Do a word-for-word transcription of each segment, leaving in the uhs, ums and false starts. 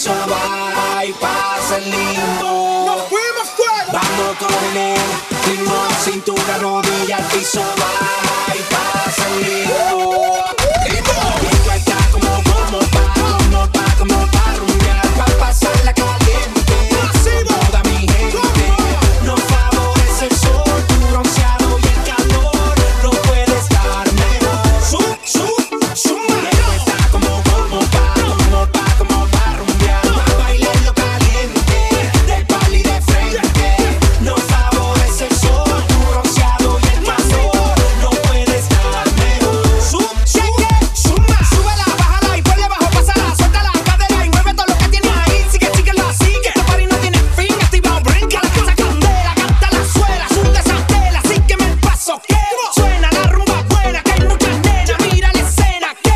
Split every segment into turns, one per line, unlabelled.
piso va y pasa el limbo.
¡Nos fuimos fuera!
Vamos con el ritmo, cintura, rodilla, al piso va y pasa el limbo. Y tú estás como, como pa, como pa, como pa rumbear, pa pasarla caliente. Toda mi gente nos favorece el sol, tu bronceado y el calor. No puede estar mejor. Sum, sum, sum. Tú estás como, como pa, como pa, como pa rumbear, pa bailarlo caliente, del pali de frente. Nos favorece el sol, tu bronceado y el calor. No puede estar mejor. Sum, sum, suma.
Súbela, bájala y ponle bajo, pásala, suelta la cadera y mueve todo lo que tienes ahí. Sigue, síguelo así, que este party no tiene fin. Activa, brinca, la casa candela, canta la suela, sube esa tela, sígueme el paso que suena la rumba buena, que hay muchas nenas, mira la escena que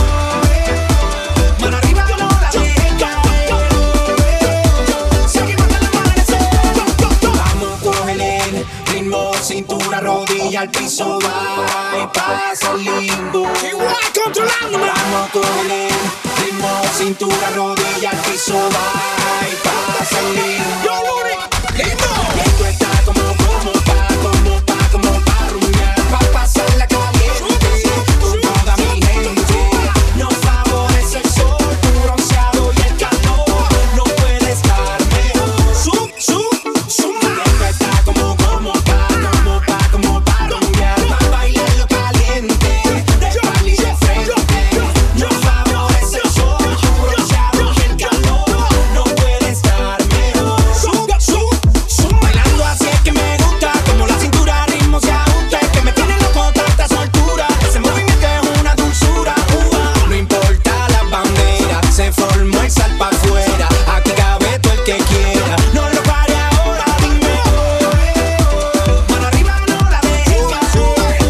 mano arriba no la dejes caer. Seguimos hasta el amanecer.
Vamos con el ritmo, cintura, rodilla, al piso va y pasa el limbo.
Igual controlándome.
Vamos con el ritmo, cintura, rodilla, al piso va y pasa el limbo.
Yo, Luri, lindo.
Y tú estás como, como pa, como pa, como pa rumbear, pa pasarla caliente. Con toda mi gente nos favorece el sol, tu bronceado y el calor. No puede estar mejor.
Sum, sum, suma.
Y tú estás como, como pa, como pa, como pa rumbear, pa bailarlo caliente, del pali de frente. Nos favorece el sol, tu bronceado y el calor. No puede estar mejor.
Sum, sum, suma.
Bailando así es que me gusta, como la cintura ritmo se ajusta, es que me tiene loco tanta soltura, ese movimiento es una dulzura. Ua. No importa la bandera, se formó el sal pa' afuera, aquí cabe todo el que quiera, no lo pare ahora, dime oh, oh. Mano arriba no la dejes caer.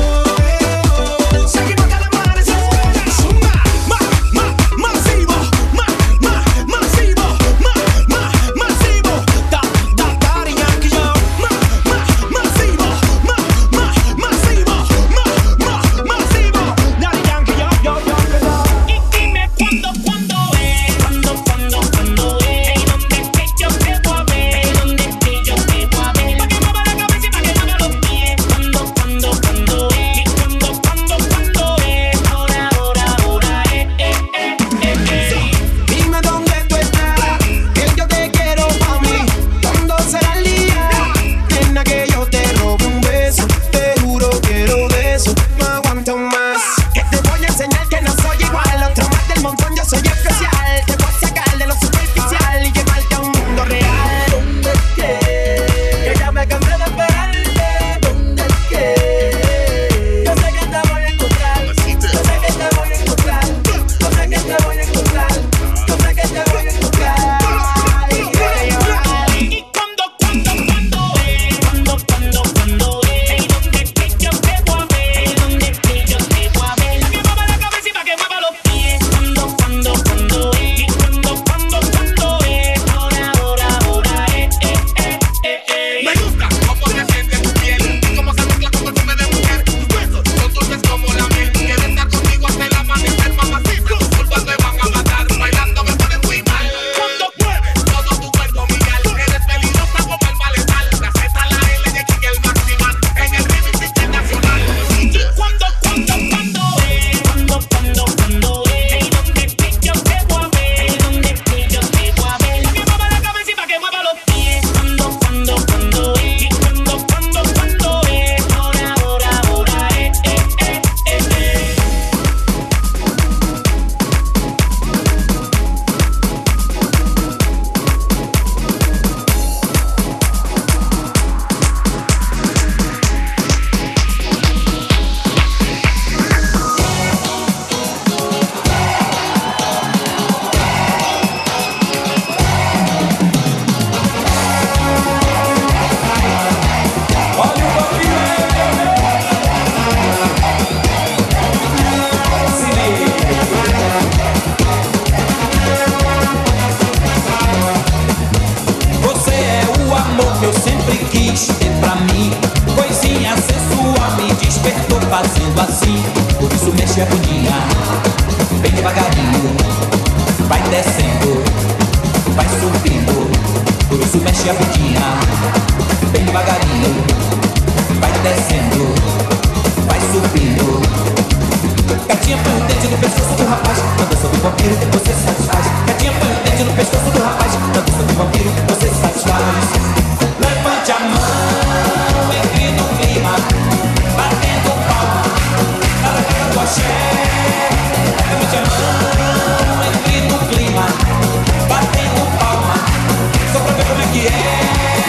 Seguimos hasta el amanecer. Suma, ma, ma, masivo, ma, ma, masivo, ma, ma, masivo. Da, da, Daddy Yankee yo, ma, ma, masivo, ma, ma, masivo, ma, ma, masivo. Daddy Yankee yo, yo, yo, yo.
Y dime cuándo, cuándo es, cuándo, cuándo, cuándo es, y dónde es que yo te voy a ver, y dónde es que yo te voy a ver, pa' que mueva la cabeza y pa' que mueva los pies, cuándo, cuándo, cuándo es, y cuándo, cuándo, cuándo es, ahora, ahora, ahora es, eh, eh, eh, eh.
Dime dónde tú estás, que yo te quiero pa' mí. ¿Cuándo será el día, nena, que yo te robe un beso? Te juro quiero de eso, no aguanto más. Que te voy a enseñar que no soy igual, otro más del montón, yo soy especial. Te voy a sacar de lo superficial y llevarte a un mundo real. ¿Dónde es que? Que ya me cansé de esperarte. ¿Dónde es que? Yo sé que te voy a encontrar. Yo sé que te voy a encontrar. Yo sé que te voy a encontrar. Yo sé que te voy a encontrar.
Y cuándo, cuándo, cuándo es, cuándo, cuándo, cuándo es, y dónde es que yo te voy a ver, y dónde es que yo te voy a ver, pa' que mueva la cabeza y pa' que mueva los pies, cuándo, cuándo, cuándo es, y cuándo, cuándo, cuándo es, ahora, ahora, ahora es, eh, eh, eh, eh.
Me gusta cómo se siente tu piel y cómo se mezcla con perfume de mujer. Tus besos son dulces como la miel. Quiero estar contigo hasta el amanecer, mamacita. Tus culpas me van a matar. Bailando me pones muy mal. Cuando mueves todo tu cuerpo, Miguel, eres peligrosa como el maletal. La Z, la L y King el Maximal en el remix internacional.
Cuándo, cuándo, cuándo es, cuándo, cuándo, cuándo es, y dónde es que yo te voy a ver, y dónde es que yo te voy a ver, pa' que mueva la cabeza y pa' que mueva los pies, cuándo, cuándo, cuándo es, y cuándo, cuándo, cuándo es, ahora, ahora, ahora es, eh, eh, eh, eh.
Você é o amor que eu sempre quis ter pra mim. Coisinha sensual me despertou fazendo assim. Por isso mexe a bundinha, bem devagarinho, vai descendo. subindo, por isso mexe a bundinha, bem devagarinho. Vai descendo, vai subindo. Gatinha põe o dente no pescoço do rapaz, na dança do vampiro você satisfaz. Gatinha põe o dente no pescoço do rapaz, na dança do vampiro você satisfaz. Levante a mão, entre no clima, batendo palma, nada pega do axé. Levante a mão, entre no clima, batendo palma, só pra ver como é que é.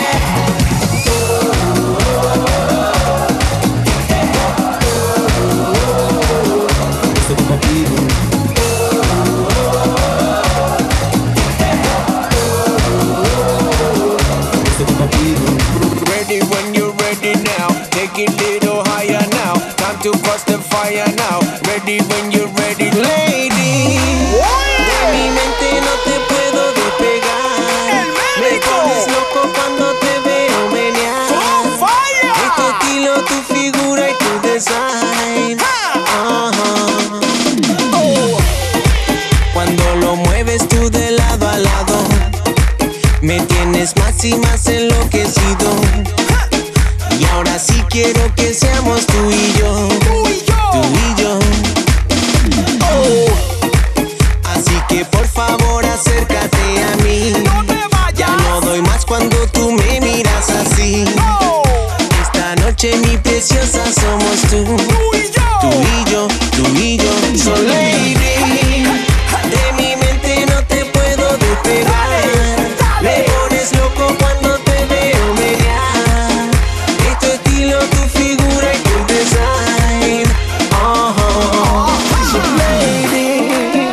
Ready when you're ready now. Take it little higher now. Time to cross the fire now. Ready when you're ready, lady. De mi mente no te puedo despegar. Me pones loco cuando te veo menear. Es tu estilo, tu figura y tu design. Uh-huh. Oh. Cuando lo mueves tú de lado a lado, me tienes más y más enloquecido. Y ahora sí quiero que seamos tú y yo. Tú y yo. Tú y yo. Oh. Así que por favor acércate a mí.
No te vayas.
Ya no doy más cuando tú me miras así.
No.
Esta noche mi preciosa somos tú.
Tú y yo.
Tú y yo. Tú y yo. So lady, de mi mente no te puedo despegar. Me pones loco cuando te veo menear. Es tu estilo, tu figura y tu design. Oh, oh, oh. So lady,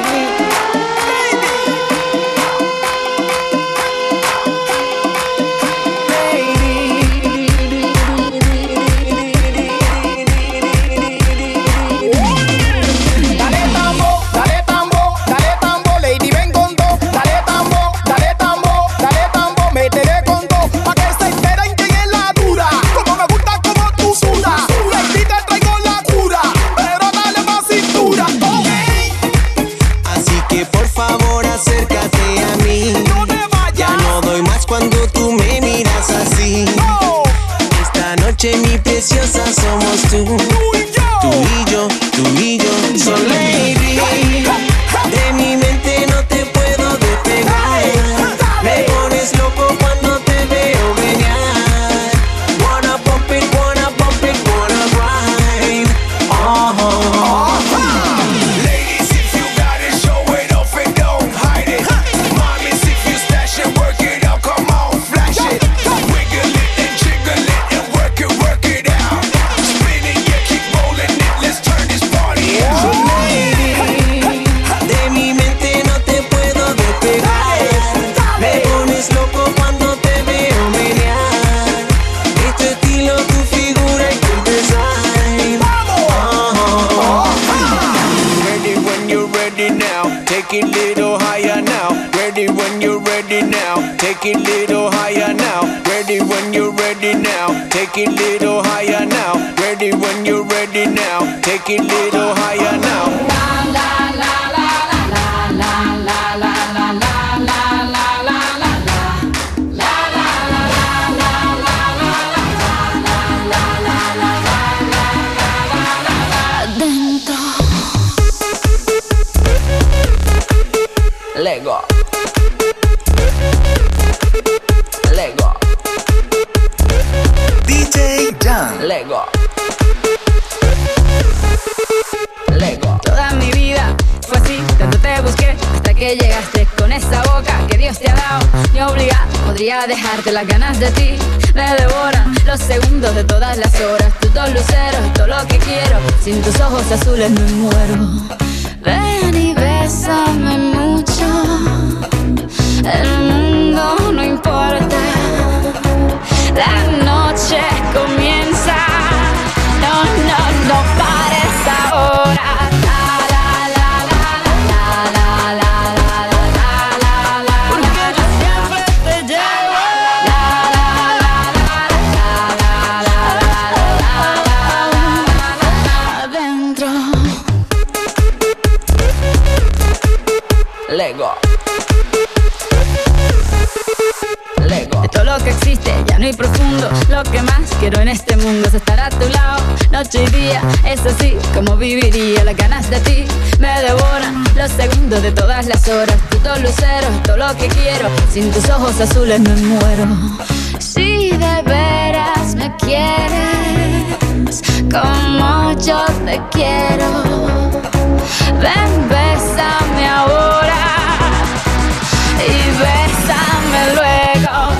Dale tambo, dale tambo, dale tambo, lady ven con todo. Dale tambo, dale tambo, dale tambo, métele con todo. Pa' que se enteren quién es la dura. Como me gusta como tú sudas. Lady te traigo la cura, pero dale más cintura. Okay.
así que por favor acércate a mí.
No te vayas.
Ya no doy más cuando tú me miras así.
No.
Esta noche mi preciosa somos tú.
Tú y yo.
Tú y yo, tú y yo. So lady, de mi mente no te puedo despegar. Me pones loco cuando te veo menear. Wanna bump it, wanna bump it, wanna ride. Oh, oh, oh.
Ladies, if you got it, show it off and don't hide it. Mommies, if you stash it, work it out, come on, flash it. Wiggle it and jiggle it and work it, work it out. Spin it, yeah, keep rolling it, let's turn this party out.
So lady, de mi mente no te puedo despegar. Me pones loco cuando te veo menear. Es tu estilo, tu figura y tu design. Oh, oh, oh. Ready when you're ready now. Take it little higher now. Ready when you're ready now. Take it little higher now. Ready when you're ready now. Take it little higher now. Ready when you're ready now. Take it little higher now.
Adentro.
Lego. Lego.
D J Jan.
Lego. Lego.
Toda mi vida fue así, tanto te busqué hasta que llegaste con esa boca que Dios te ha dado. Ni obligado podría dejarte, las ganas de ti me devoran los segundos de todas las horas. Tus dos luceros y todo lo que quiero, sin tus ojos azules me muero. Ven y bésame mucho, el mundo no importa. La noche comienza, no, no, no pares ahora. Porque yo siempre te llevo. Adentro.
Lego.
lejano y profundo. Lo que más quiero en este mundo es estar a tu lado, noche y día. Es así como viviría. Las ganas de ti me devoran, los segundos de todas las horas. Tú todo lucero, todo lo que quiero. Sin tus ojos azules me muero. Si de veras me quieres como yo te quiero, ven, bésame ahora y bésame luego.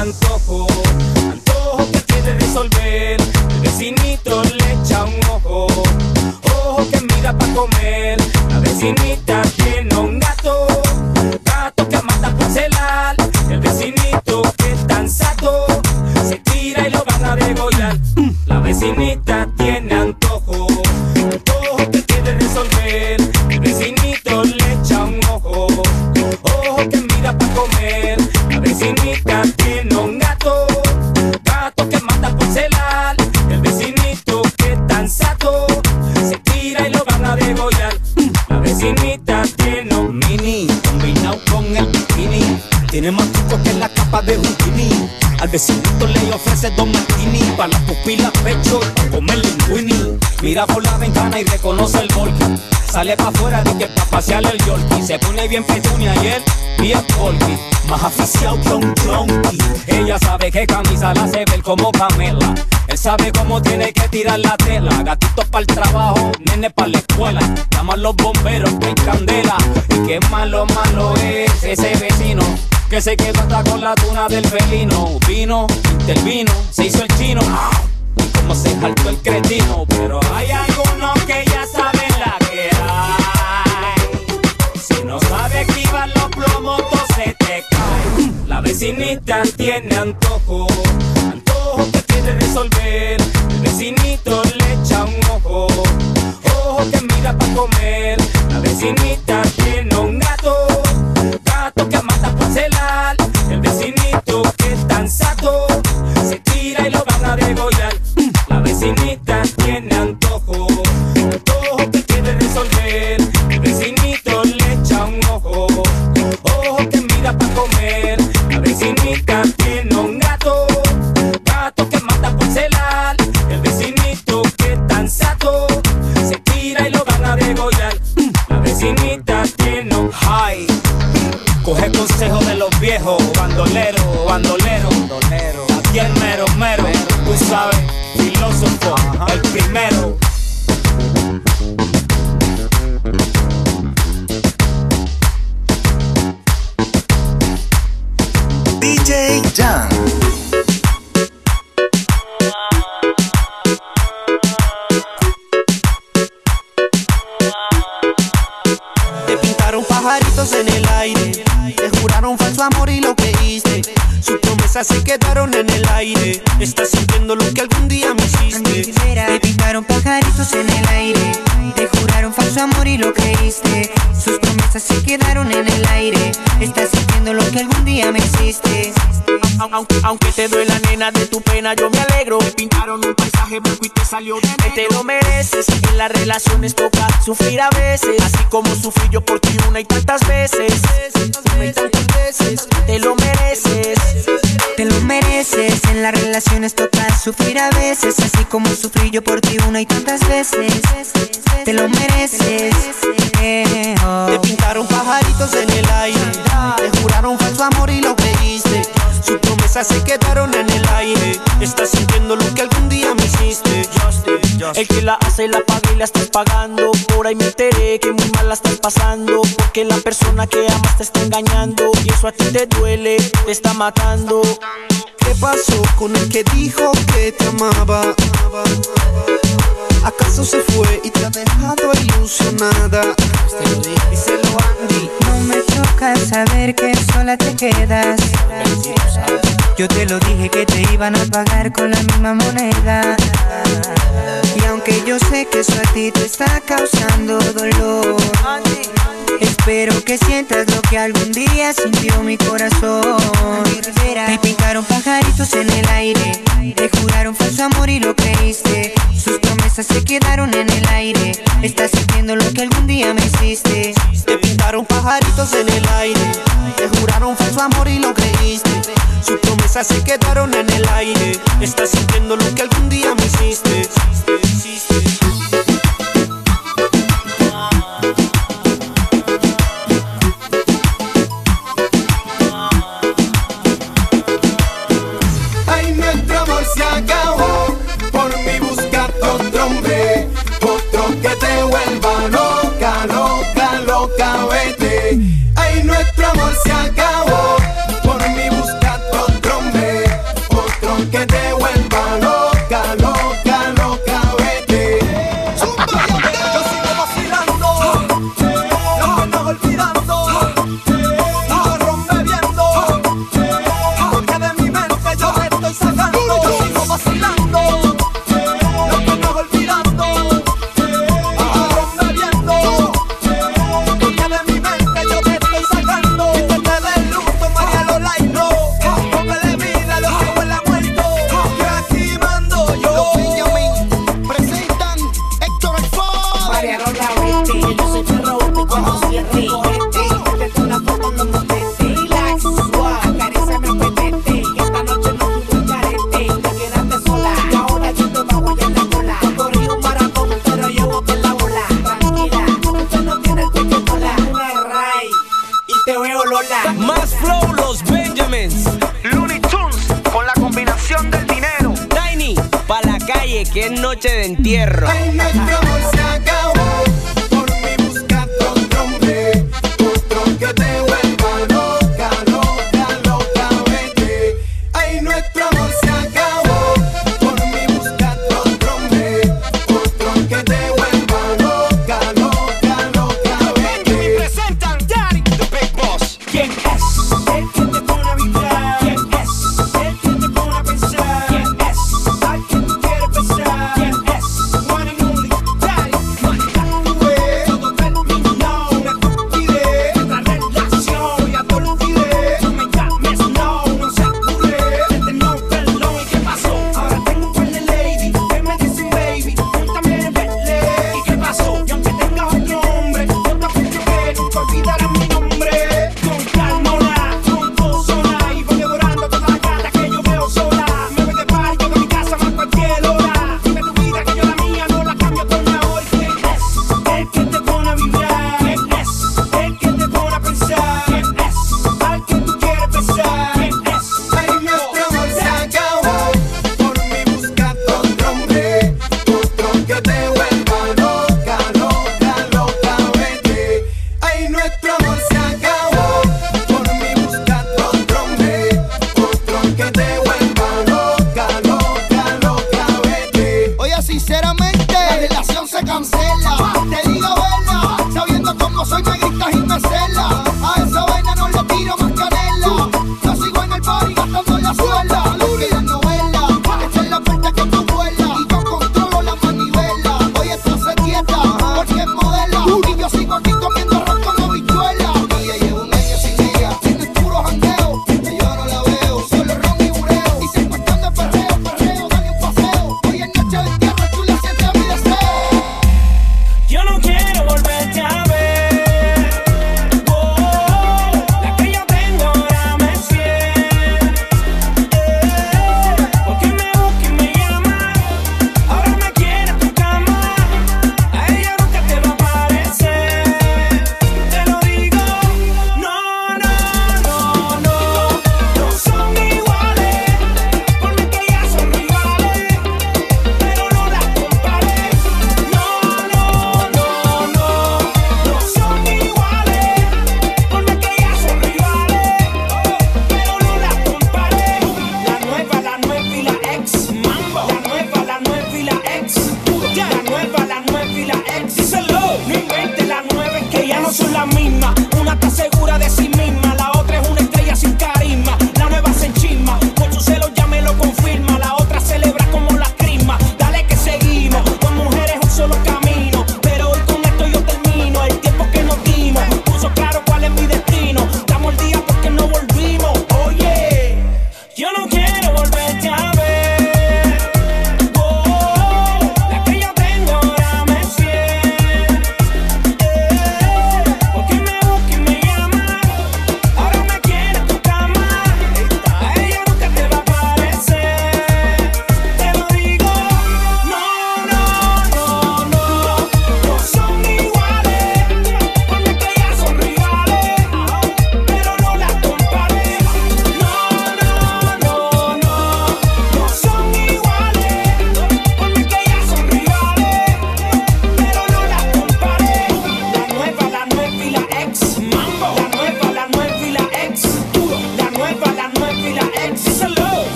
antojo, antojo que quiere resolver. El vecinito le echa un ojo, ojo que mira pa' comer. La vecinita tiene un gato, gato que mata por celar. El vecinito que es tan sato, se tira y lo van a degollar. La vecinita tiene antojo, antojo que quiere resolver. El vecinito le echa un ojo, ojo que mira pa' comer. La vecinita tiene un gato, gato que mata por celar. El vecinito que es tan sato, se tira y lo van a degollar. La vecinita tiene un mini, combinado con el bikini. Tiene más truco que la capa de Houdini. Al vecinito le ofrece dos martini, pa' las pupilas pecho, pa' comerle el Winnie. Mira por la ventana y reconoce el volky. Sale pa' afuera de que pa' pasearle el yorkie. Se pone bien petunia y él bien polky, más aficiado que un junkie. Ella sabe que camisa la hace ver como Pamela. Él sabe cómo tiene que tirar la tela. Gatitos pa'l trabajo, nene pa' la escuela. Llaman los bomberos que hay candela. Y qué malo, malo es ese vecino que se quedó hasta con la tuna del felino. Vino, intervino, se hizo el chino. Y como se saltó el cretino. Pero hay algunos que ya saben la que hay. Si no sabe esquivar los plomos, todo se te cae. La vecinita tiene antojo, antojo que quiere resolver. El vecinito le echa un ojo, ojo que mira pa' comer. La vecinita tiene un gato, gato que mata por celar. El vecinito que es tan sato, se tira y lo van a degollar. La vecinita tiene antojo, antojo que quiere resolver. El vecinito le echa un ojo, ojo que mira pa' comer. La vecinita tiene un gato, gato que mata por celar. El vecinito que es tan sato, se tira y lo van a degollar. La vecinita tiene un high. Coge consejo de los viejos, bandolero, bandolero, bandolero. Aquí el mero, mero, tú sabes, filósofo, el primero.
D J Jan.
Te pintaron pajaritos en el aire, te juraron falso amor y lo creíste. Sus promesas se quedaron en el aire. Estás sintiendo lo que algún día me hiciste.
Te pintaron pajaritos en el aire, te juraron falso amor y lo creíste. Sus promesas se quedaron en el aire. Estás sintiendo lo que algún día me hiciste.
Aunque, aunque te duela, nena, de tu pena yo me alegro. Te pintaron un paisaje blanco y te salió de negro. Te lo mereces, en las relaciones toca sufrir a veces, así como sufrí yo por ti una y tantas veces. Una y tantas veces, te lo mereces.
Te lo mereces, en las relaciones toca sufrir a veces, así como sufrí yo por ti una y tantas veces. Te lo mereces, eh, oh.
Te pintaron pajaritos en el aire, te juraron falso amor y lo creíste. Sus promesas se quedaron en el aire. Estás sintiendo lo que algún día me hiciste. El que la hace la paga y la estás pagando. Por ahí me enteré que muy mal la estás pasando, porque la persona que amas te está engañando. Y eso a ti te duele, te está matando.
¿Qué pasó con el que dijo que te amaba? ¿Acaso se fue y te ha dejado ilusionada? Díselo, Andy.
No me toca saber que sola te quedas. Yo te lo dije que te iban a pagar con la misma moneda. Y aunque yo sé que eso a ti te está causando dolor, espero que sientas lo que algún día sintió mi corazón. Te pintaron pajaritos en el aire, te juraron falso amor y lo creíste. Sus promesas se quedaron en el aire. Estás sintiendo lo que algún día me hiciste.
Te pintaron pajaritos en el aire, te juraron falso amor y lo creíste. Sus promesas se quedaron en el aire. Estás sintiendo lo que algún día me hiciste.
Ay, nuestro amor se acabó. Por mí buscarte otro hombre, otro que te vuelva loca, loca, loca, vete. Ay, nuestro amor se acabó. Por mí buscarte otro hombre,
te veo Lola.
Más flow, los Benjamins.
Looney Tunes, con la combinación del dinero.
Tiny, pa' la calle, que es noche de entierro.
Ay, nuestro amor se acabó. Por mí buscaste otro hombre, otro que te vuelva loca, loca, loca, vete. Ay, nuestro amor se acabó. Por mí buscaste otro hombre, otro que te vuelva loca, loca, loca, vete.
Me presentan Daddy, the Big Boss. ¿Quién es el que te pone a vibrar? ¿Quién es el que te pone a pensar? ¿Quién es al que tú quieres besar? ¿Quién es one and only Daddy? Todo terminó, me olvidé. Nuestra relación ya te olvidé. No me llames, no, no se ocurre. Desde no perdón, ¿y qué pasó? Ahora tengo un par de lady que me dicen baby, cuéntame verle. ¿Y qué pasó? Y aunque tengas otro hombre, yo te apuesto que nunca olvidarás mi nombre. Con calma, con persona, y voy devorando todas las gatas que yo veo sola. Me voy de party, de mi casa más cualquier hora. Vive tu vida que yo la mía no la cambio por una hora. ¿Y quién es el que te pone a vibrar? ¿Quién es el que te pone a pensar? ¿Quién es al que tú quieres besar? ¿Quién es?
Ay, nuestro amor se acabó. Por mí buscaste otro hombre, otro que te vuelva loca, loca, loca, vete. Ay, nuestro amor se acabó. Por mí buscaste otro hombre, otro que te vuelva loca, loca, loca, vete.
Oye, sinceramente, la relación se cancela. Te digo verla, sabiendo cómo soy, me gritas y me cela. A esa vaina no le tiro más canela. Yo sigo en el party gastando en la suela. Olviden novela, esta es la puerta que tú vuelas. Y yo controlo la manivela. Oye, tú se quieta, porque es modela. Y yo sigo aquí comiendo arroz con habichuela.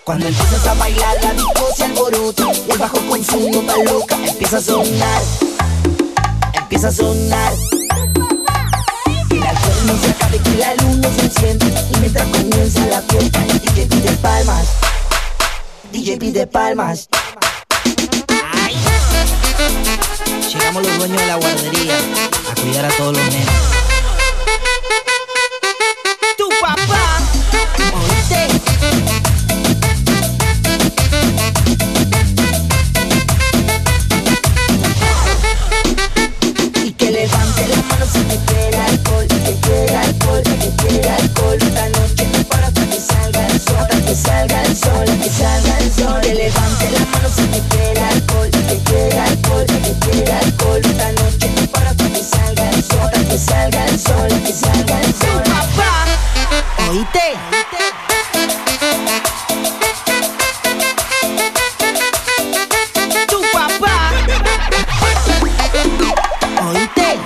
Cuando empiezas a bailar la disco se alborota y el bajo con su nota loca empieza a sonar, empieza a sonar. Que el alcohol no se acabe, que la luz no se enciende y mientras comienza la fiesta el D J pide palmas, D J pide palmas. Ay. Llegamos los dueños de la guardería a cuidar a todos los nenes. Tu papá, oíste. Levante la mano si te quiere alcohol, te quiere alcohol, te quiere alcohol. Esta noche no para hasta que salga el sol, hasta que salga el sol, que salga el sol. Que levante la mano si te quiere alcohol, te quiere alcohol, te quiere alcohol. Esta noche no para hasta que salga el sol, hasta que salga el sol, que salga el sol. Papá, ¿oíste? Tu papá. ¿Oíste?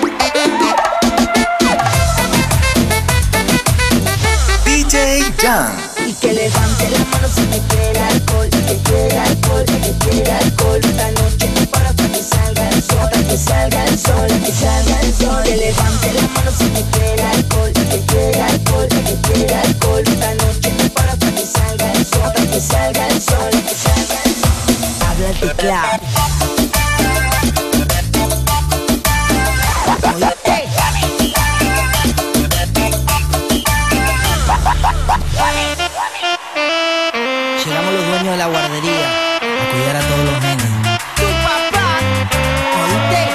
D J Jan.
Y que levante la mano si te quiere alcohol, que quiere alcohol, que quiere alcohol. Esta noche no para hasta que salga el sol, hasta que salga el sol, que salga el sol. Que levante la mano si te quiere alcohol, que quiere alcohol, que quiere alcohol. Esta noche no para hasta que salga el sol, hasta que salga el sol, que salga el sol. Habla el teclado. Llegamos los dueños de la guardería a cuidar a todos los nenes. Tu papá, ¿oíste?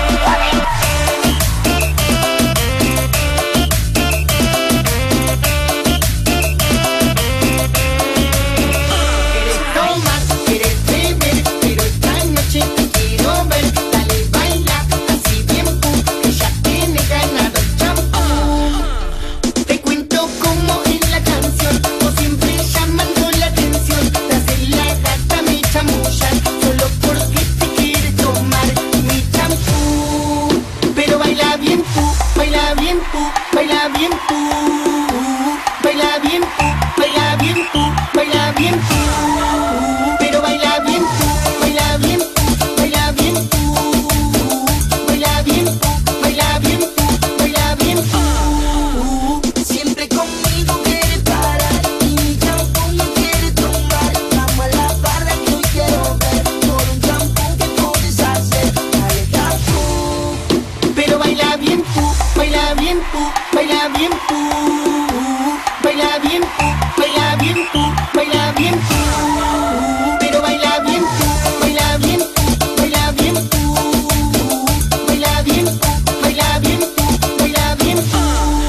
Quieres tomar, quieres beber, pero esta noche te quiero ver. Dale, baila, así bien pu, que ya tiene ganado el champú. Te cuento como en la canción, o siempre llamando la atención. Te haces la gata, me chamullas, solo porque te quiere tomar mi champú. Pero baila bien pu, baila bien pu, baila bien pu. Baila bien pu, baila bien pu, baila bien pu. Pero baila bien pu, baila bien pu, baila bien pu. Baila bien pu, baila bien pu, baila bien pu. Siempre conmigo quiere parar y mi champú no quiere tomar. Vamos a la barra que hoy quiero ver por un champú que puedes hacer. Dale champú. Pero baila bien pu, baila bien pu, baila bien pu. Baila bien pu, baila bien pu, baila bien pu. Pero baila bien pu, baila bien pu, baila bien pu. Baila bien pu, baila bien pu, baila bien pu.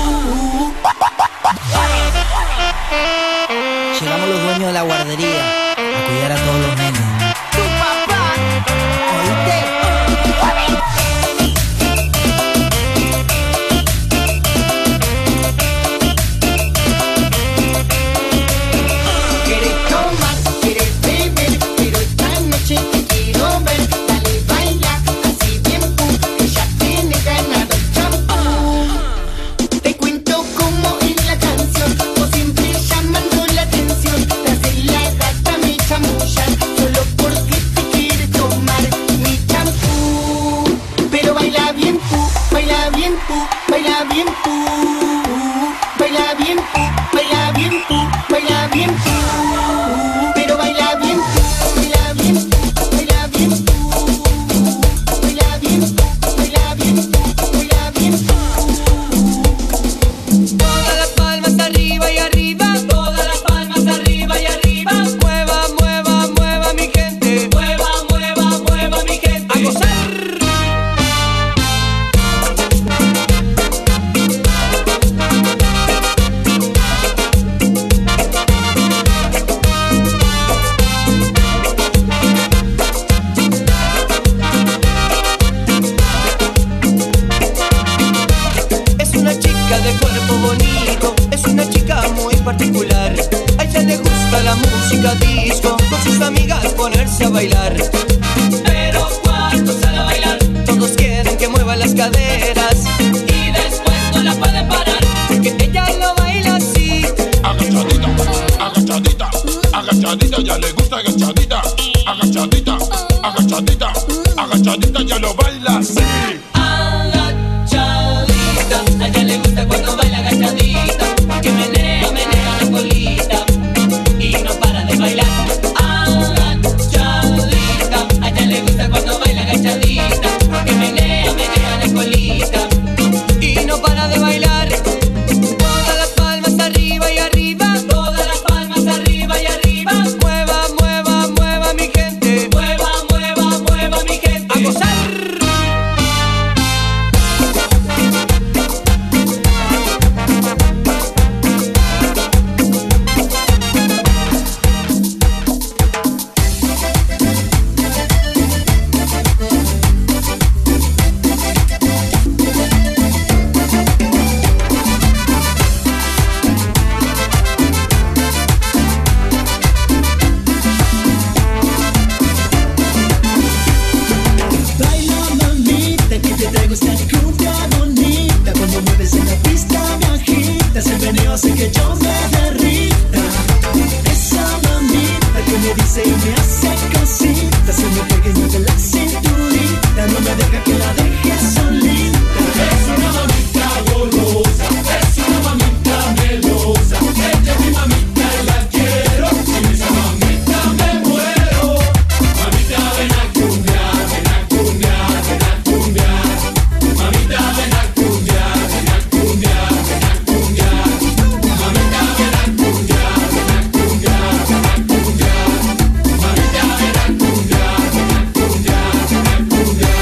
Llegamos los dueños de la guardería a cuidar a todos los nenes. Tu papá, ¿oíste?
Quieres tomar, quieres beber, pero esta noche te quiero ver. Dale, baila, así bien pu, que ya tiene ganado el champú. Te cuento como en la canción, o siempre llamando la atención. Te haces la gata,
agachadita, ya le gusta agachadita, agachadita, agachadita, agachadita, ya lo baila así.
Agachadita, a ella le gusta cuando baila agachadita, que menea, menea la colita y no para de bailar. Agachadita, a ella le gusta cuando baila agachadita, que menea, menea la colita y no para de bailar. Todas las palmas arriba y arriba, todas las palmas arriba y arriba. Mueva, mueva, mueva mi gente, mueva, mueva, mueva mi gente. A gozar.
Baila mamita, que te traigo esta cumbia bonita. Cuando mueves en la pista me agitas, el meneo hace que yo me derrita. Esa mamita que me dice y me hace cositas, se me pega y mueve la cinturita, no me deja que la deje solita.
Es una mamita golosa, es una mamita melosa. Ella es mi mamita y la quiero, sin esa mamita me muero. Mamita ven a cumbiar, ven a cumbiar, ven a cumbiar. Mamita ven a cumbiar, ven a cumbiar, ven a cumbiar. Mamita ven a cumbiar, ven a cumbiar, ven a cumbiar. Mamita ven a cumbiar, ven a cumbiar, ven a cumbiar.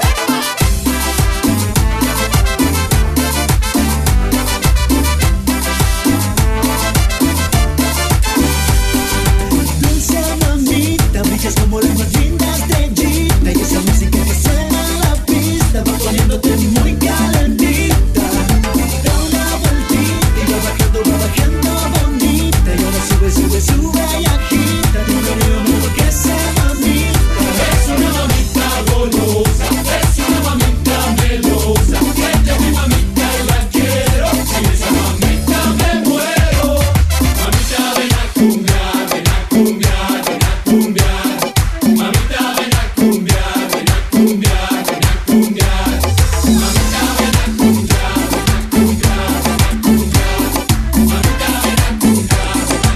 Dulce mamita, brillas como la más linda estrellita, y esa música que suena en la pista va poniéndote muy calentita. Da una vueltita y va bajando, va bajando bonita, y ahora sube, sube, sube y agita. De un meneo nuevo que se mamita.
Es una mamita golosa, es una mamita melosa. Ella es mi mamita y la quiero, sin esa mamita me muero. Mamita ven a cumbiar, ven a cumbiar, ven a cumbiar. Mamita ven a cumbiar, ven a cumbiar, ven a cumbiar. Mamita ven a cumbiar, ven a cumbiar, ven a cumbiar. Mamita ven a cumbiar,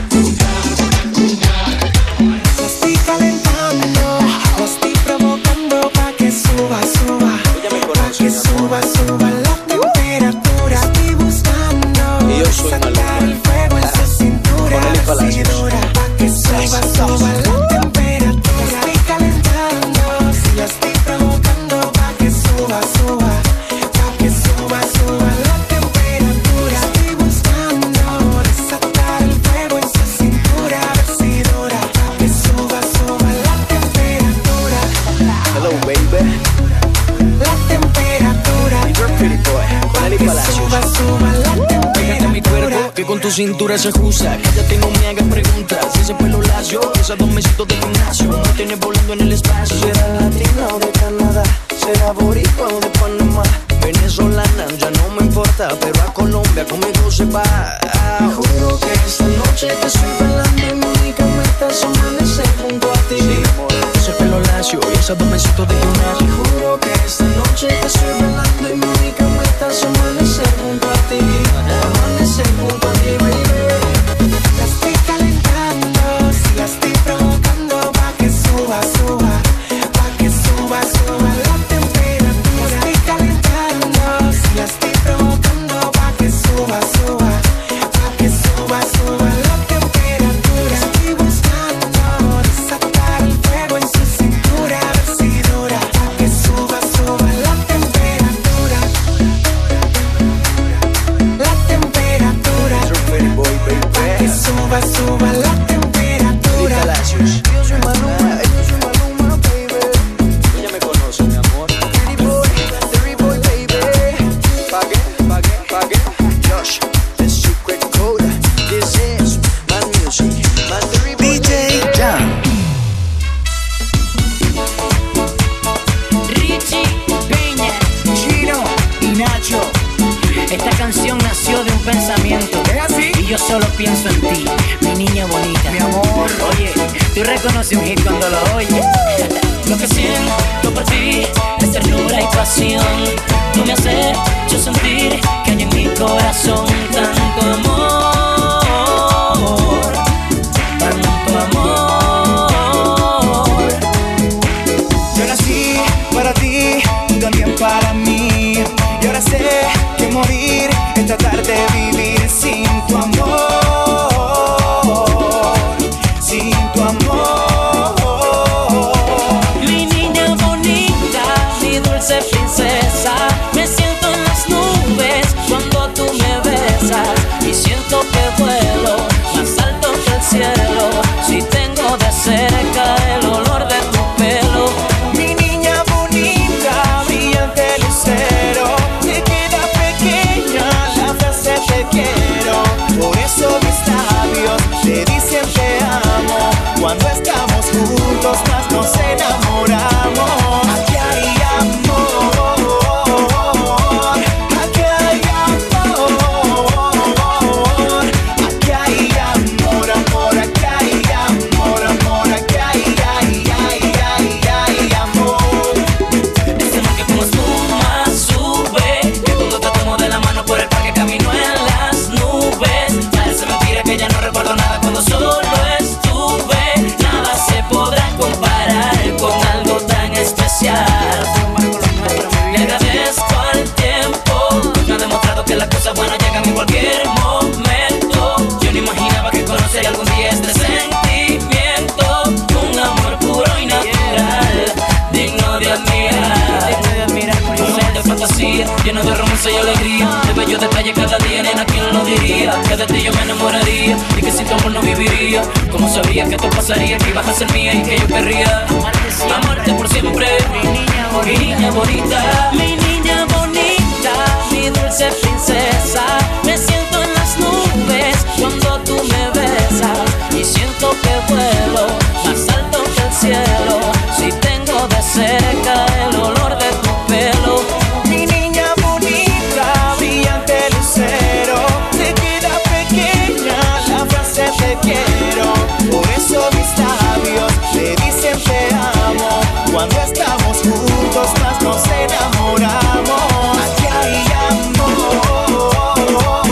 ven a cumbiar.
La estoy calentando, la estoy provocando pa' que suba, suba, pa' que suba, suba la temperatura. Estoy buscando desatar el fuego en su cintura, así dura, pa' que suba, suba la temperatura. La estoy calentando, la estoy provocando pa' que suba, suba, pa' que suba, suba la temperatura. Estoy buscando desatar el fuego en su cintura, así dura, pa' que suba, suba la temperatura.
Hello, baby.
La temperatura.
You're pretty boy. Con Eli
Que
Palacios.
suba, suba la
Pégate a mi cuerpo,
temperatura.
que con tu cintura se ajusta. Cállate y no me hagas preguntas. Si ese pelo lacio, esos dos mesitos de gimnasio, no tienes volando en el espacio.
¿Será latina o de Canadá? ¿Será boricua o de Panamá?
Venezolana, ya no me importa, pero a Colombia conmigo se va.
Te juro que esta noche te estoy bailando y mi única meta es amanecer junto a ti.
Ese pelo lacio y esos dos mesitos de
Te
gimnasio.
juro que esta noche te estoy bailando y mi única meta es amanecer junto a ti. Amanecer junto a ti, baby. La estoy calentando, si la estoy provocando pa' que suba, suba, pa' que suba, suba la temperatura. La estoy calentando, si la estoy provocando pa' que suba, suba, pa' que suba, suba la temperatura. Estoy buscando desatar el fuego en su cintura, si dura, pa' que suba, suba la temperatura. La temperatura. Pa' que suba, suba la temperatura.
Yo soy Maluma, yo soy Maluma, baby. Ella me conoce, mi amor. Pretty boy, dirty boy, baby. Pa' qué, pa' qué, pa' qué. Josh, the secret code. This is my music, my dirty boy.
D J Jam.
Richie Peña, Chino y Nacho. Esta canción nació de un pensamiento. Y yo solo pienso en ti. Mi
niña bonita. Mi amor. Oye, tú reconoces un hit cuando lo oyes.
Lo que siento por ti es ternura y pasión. Tú me has hecho sentir que hay en mi corazón tanto amor, tanto amor.
Yo nací para ti, tú también para mí. Y ahora sé que morir es tratar de vivir sin tu amor, sin tu amor.
Mi niña bonita, mi dulce princesa, me siento en las nubes cuando tú me besas y siento que vuelo más alto que el cielo si tengo de cerca el olor de tu pelo.
Mi niña bonita, brillante lucero, te queda pequeña la frase te quiero. Por eso mis labios te dicen te amo. Cuando estamos juntos más nos enamoramos. Aquí hay amor, aquí hay amor, aquí hay amor, amor, aquí hay amor, amor, aquí hay, ay, ay, ay, ay, amor.
Ese mar que como espuma sube, que cuando te tomo de la mano por el parque camino en las nubes. Parece mentira que ya no recuerdo nada cuando solo estuve. Nada se podrá comparar con algo tan especial. Le agradezco al tiempo, me ha demostrado que las cosas buenas llegan en cualquier momento. Yo no imaginaba que conocería algún día este sentimiento, un amor puro y natural, digno de admirar. Un amor de fantasía, lleno de romance y alegría, de bellos detalles cada día, nena, ¿quién lo diría? Que de ti yo me enamoraría y que sin tu amor no viviría. ¿Cómo sabría que esto pasaría, que ibas a ser mía y que yo querría amarte por siempre? Mi niña bonita, mi niña bonita, mi dulce princesa, me siento en las nubes cuando tú me besas y siento que vuelo más alto que el cielo si tengo de cerca el olor de tu pelo.
Mi niña bonita, brillante lucero, te queda pequeña la frase te quiero. Por eso mis labios te dicen te amo. Cuando estamos juntos más nos enamoramos. Aquí hay amor,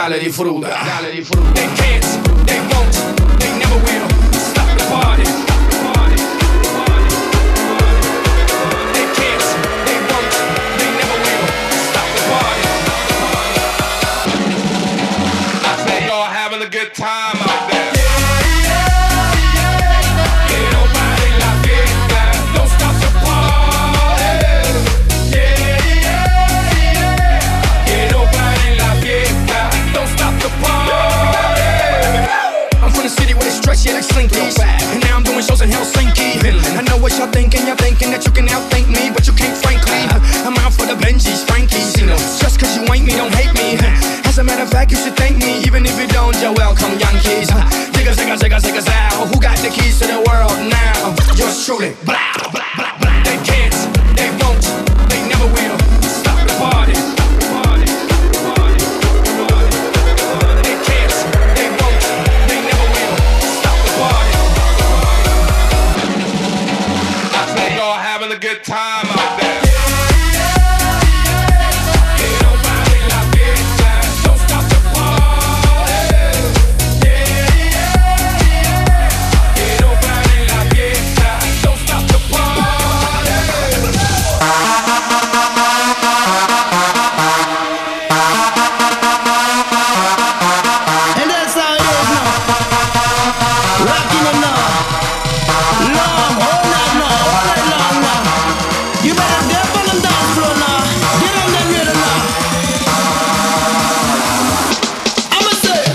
dale disfruta, dale disfruta. They can't, they won't, they never will stop the party. They can't, they won't, they never will stop the party. I say y'all having a good time out there. Yeah, like Slinkies. And now I'm doing shows in Helsinki. I know what y'all thinking, y'all thinking that you can outthink me, but you can't, frankly. I'm out for the Benjis, Frankies. Just cause you ain't me, don't hate me. As a matter of fact, you should thank me. Even if you don't, you're welcome, Yankees. Zigga, zigga, zigga, zigga, zow. Who got the keys to the world now? Yours truly. Blah, blah, blah, blah. They can't, they won't, they never will stop the party. Having a good time out there. Don't stop the party. Que no pare la fiesta. Don't stop the party.
And that's how it is now. Rocking it now. Long, all night now, all night long now. You better dip on the dance floor now. Get on that rhythm now. I'ma say,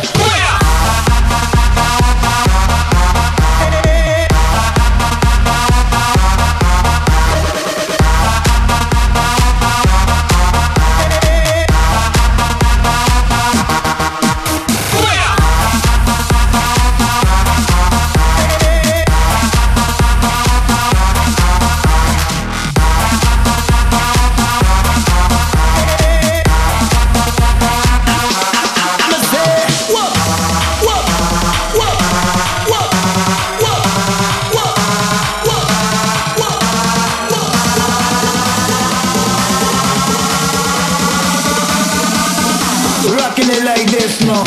rocking it like this now.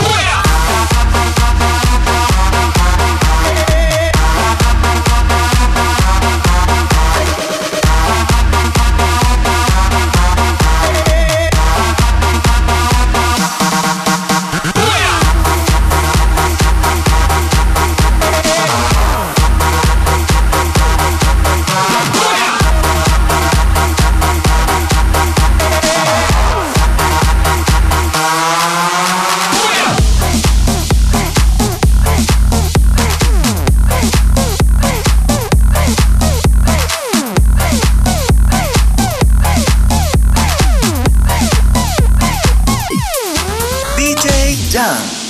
D J Jan.